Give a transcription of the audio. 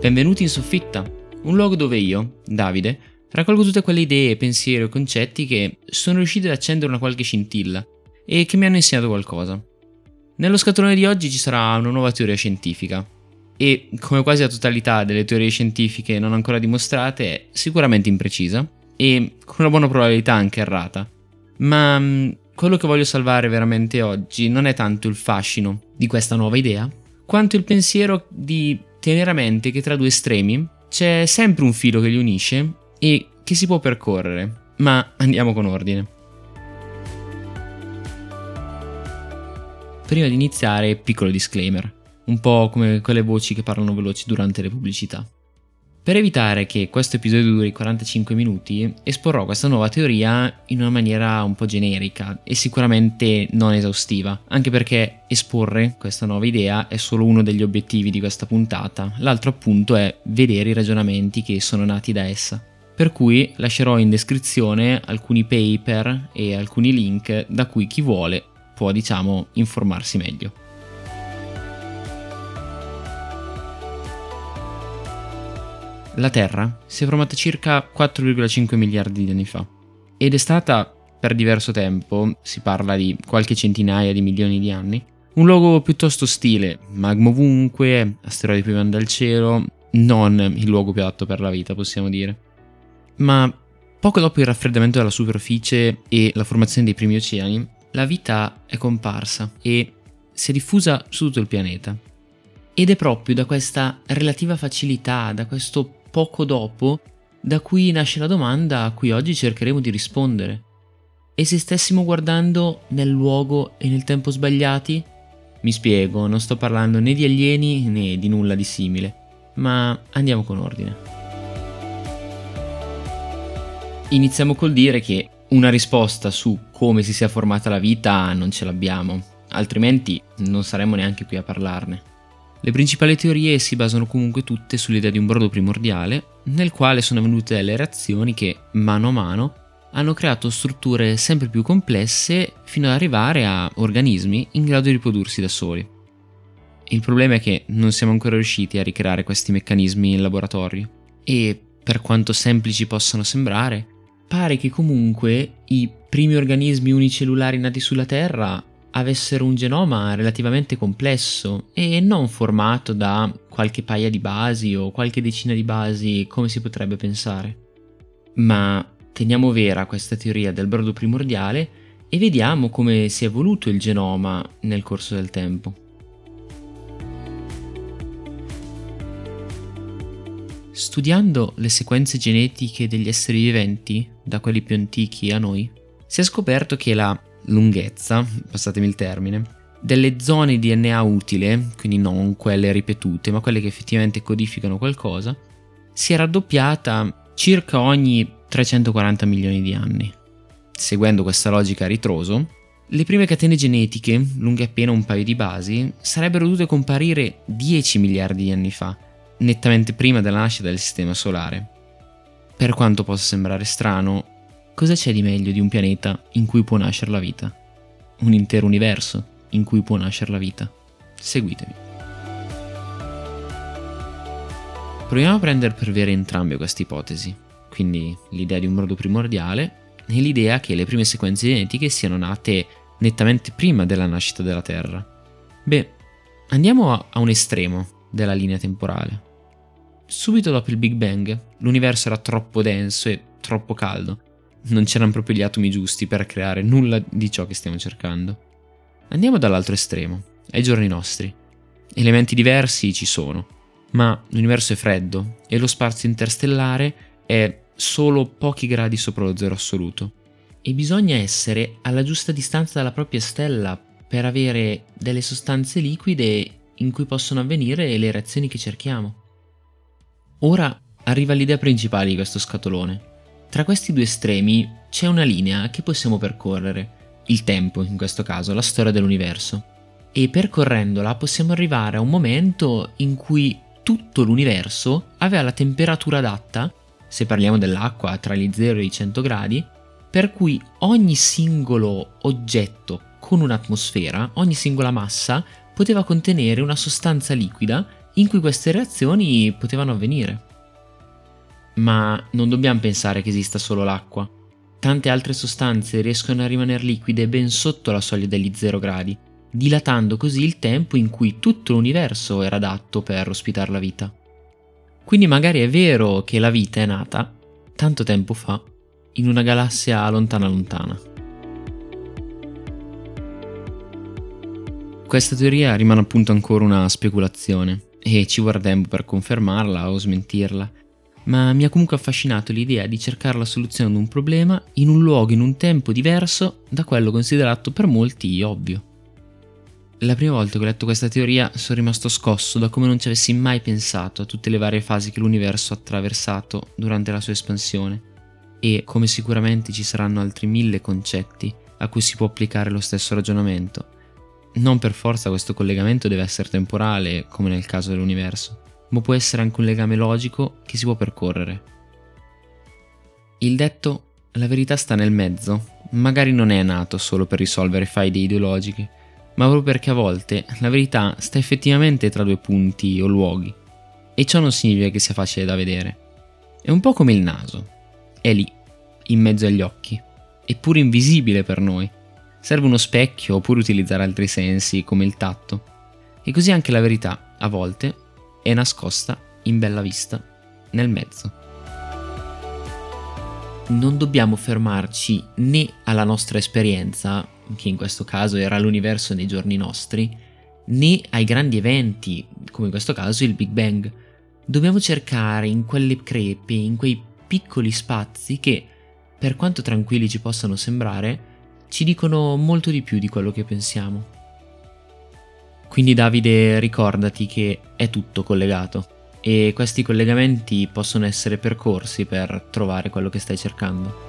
Benvenuti in Soffitta, un luogo dove io, Davide, raccolgo tutte quelle idee, pensieri o concetti che sono riusciti ad accendere una qualche scintilla e che mi hanno insegnato qualcosa. Nello scatolone di oggi ci sarà una nuova teoria scientifica e, come quasi la totalità delle teorie scientifiche non ancora dimostrate, è sicuramente imprecisa e con una buona probabilità anche errata. Ma quello che voglio salvare veramente oggi non è tanto il fascino di questa nuova idea, quanto il pensiero di tenere a mente che tra due estremi c'è sempre un filo che li unisce e che si può percorrere, ma andiamo con ordine. Prima di iniziare, piccolo disclaimer, un po' come quelle voci che parlano veloci durante le pubblicità. Per evitare che questo episodio duri 45 minuti, esporrò questa nuova teoria in una maniera un po' generica e sicuramente non esaustiva, anche perché esporre questa nuova idea è solo uno degli obiettivi di questa puntata, l'altro appunto è vedere i ragionamenti che sono nati da essa. Per cui lascerò in descrizione alcuni paper e alcuni link da cui chi vuole può, informarsi meglio. La Terra si è formata circa 4,5 miliardi di anni fa ed è stata, per diverso tempo, si parla di qualche centinaia di milioni di anni, un luogo piuttosto ostile, magma ovunque, asteroidi piovevano dal cielo, non il luogo più adatto per la vita, possiamo dire. Ma poco dopo il raffreddamento della superficie e la formazione dei primi oceani, la vita è comparsa e si è diffusa su tutto il pianeta. Ed è proprio da questa relativa facilità, da questo poco dopo, da cui nasce la domanda a cui oggi cercheremo di rispondere. E se stessimo guardando nel luogo e nel tempo sbagliati? Mi spiego, non sto parlando né di alieni né di nulla di simile, ma andiamo con ordine. Iniziamo col dire che una risposta su come si sia formata la vita non ce l'abbiamo, altrimenti non saremmo neanche qui a parlarne. Le principali teorie si basano comunque tutte sull'idea di un brodo primordiale, nel quale sono avvenute delle reazioni che, mano a mano, hanno creato strutture sempre più complesse fino ad arrivare a organismi in grado di riprodursi da soli. Il problema è che non siamo ancora riusciti a ricreare questi meccanismi in laboratorio e, per quanto semplici possano sembrare, pare che comunque i primi organismi unicellulari nati sulla Terra avessero un genoma relativamente complesso e non formato da qualche paia di basi o qualche decina di basi come si potrebbe pensare. Ma teniamo vera questa teoria del brodo primordiale e vediamo come si è evoluto il genoma nel corso del tempo. Studiando le sequenze genetiche degli esseri viventi, da quelli più antichi a noi, si è scoperto che la lunghezza, passatemi il termine, delle zone di DNA utile, quindi non quelle ripetute, ma quelle che effettivamente codificano qualcosa, si è raddoppiata circa ogni 340 milioni di anni. Seguendo questa logica a ritroso, le prime catene genetiche, lunghe appena un paio di basi, sarebbero dovute comparire 10 miliardi di anni fa, nettamente prima della nascita del Sistema Solare. Per quanto possa sembrare strano, cosa c'è di meglio di un pianeta in cui può nascere la vita? Un intero universo in cui può nascere la vita? Seguitemi. Proviamo a prendere per vere entrambe queste ipotesi, quindi l'idea di un brodo primordiale e l'idea che le prime sequenze genetiche siano nate nettamente prima della nascita della Terra. Beh, andiamo a un estremo della linea temporale. Subito dopo il Big Bang, l'universo era troppo denso e troppo caldo. Non c'erano proprio gli atomi giusti per creare nulla di ciò che stiamo cercando. Andiamo dall'altro estremo, ai giorni nostri. Elementi diversi ci sono, ma l'universo è freddo e lo spazio interstellare è solo pochi gradi sopra lo zero assoluto. E bisogna essere alla giusta distanza dalla propria stella per avere delle sostanze liquide in cui possono avvenire le reazioni che cerchiamo. Ora arriva l'idea principale di questo scatolone. Tra questi due estremi c'è una linea che possiamo percorrere, il tempo in questo caso, la storia dell'universo, e percorrendola possiamo arrivare a un momento in cui tutto l'universo aveva la temperatura adatta, se parliamo dell'acqua tra gli 0 e i 100 gradi, per cui ogni singolo oggetto con un'atmosfera, ogni singola massa poteva contenere una sostanza liquida in cui queste reazioni potevano avvenire. Ma non dobbiamo pensare che esista solo l'acqua. Tante altre sostanze riescono a rimanere liquide ben sotto la soglia degli 0 gradi, dilatando così il tempo in cui tutto l'universo era adatto per ospitare la vita. Quindi magari è vero che la vita è nata tanto tempo fa in una galassia lontana lontana. Questa teoria rimane appunto ancora una speculazione e ci vorrà tempo per confermarla o smentirla, ma mi ha comunque affascinato l'idea di cercare la soluzione ad un problema in un luogo, in un tempo diverso da quello considerato per molti ovvio. La prima volta che ho letto questa teoria sono rimasto scosso da come non ci avessi mai pensato a tutte le varie fasi che l'universo ha attraversato durante la sua espansione e come sicuramente ci saranno altri 1000 concetti a cui si può applicare lo stesso ragionamento. Non per forza questo collegamento deve essere temporale, come nel caso dell'universo, ma può essere anche un legame logico che si può percorrere. Il detto "la verità sta nel mezzo" magari non è nato solo per risolvere faide ideologiche, ma proprio perché a volte la verità sta effettivamente tra due punti o luoghi, e ciò non significa che sia facile da vedere. È un po' come il naso, è lì, in mezzo agli occhi, eppure invisibile per noi. Serve uno specchio oppure utilizzare altri sensi come il tatto. E così anche la verità, a volte, è nascosta in bella vista, nel mezzo. Non dobbiamo fermarci né alla nostra esperienza, che in questo caso era l'universo nei giorni nostri, né ai grandi eventi, come in questo caso il Big Bang. Dobbiamo cercare in quelle crepe, in quei piccoli spazi che, per quanto tranquilli ci possano sembrare, ci dicono molto di più di quello che pensiamo. Quindi Davide, ricordati che è tutto collegato e questi collegamenti possono essere percorsi per trovare quello che stai cercando.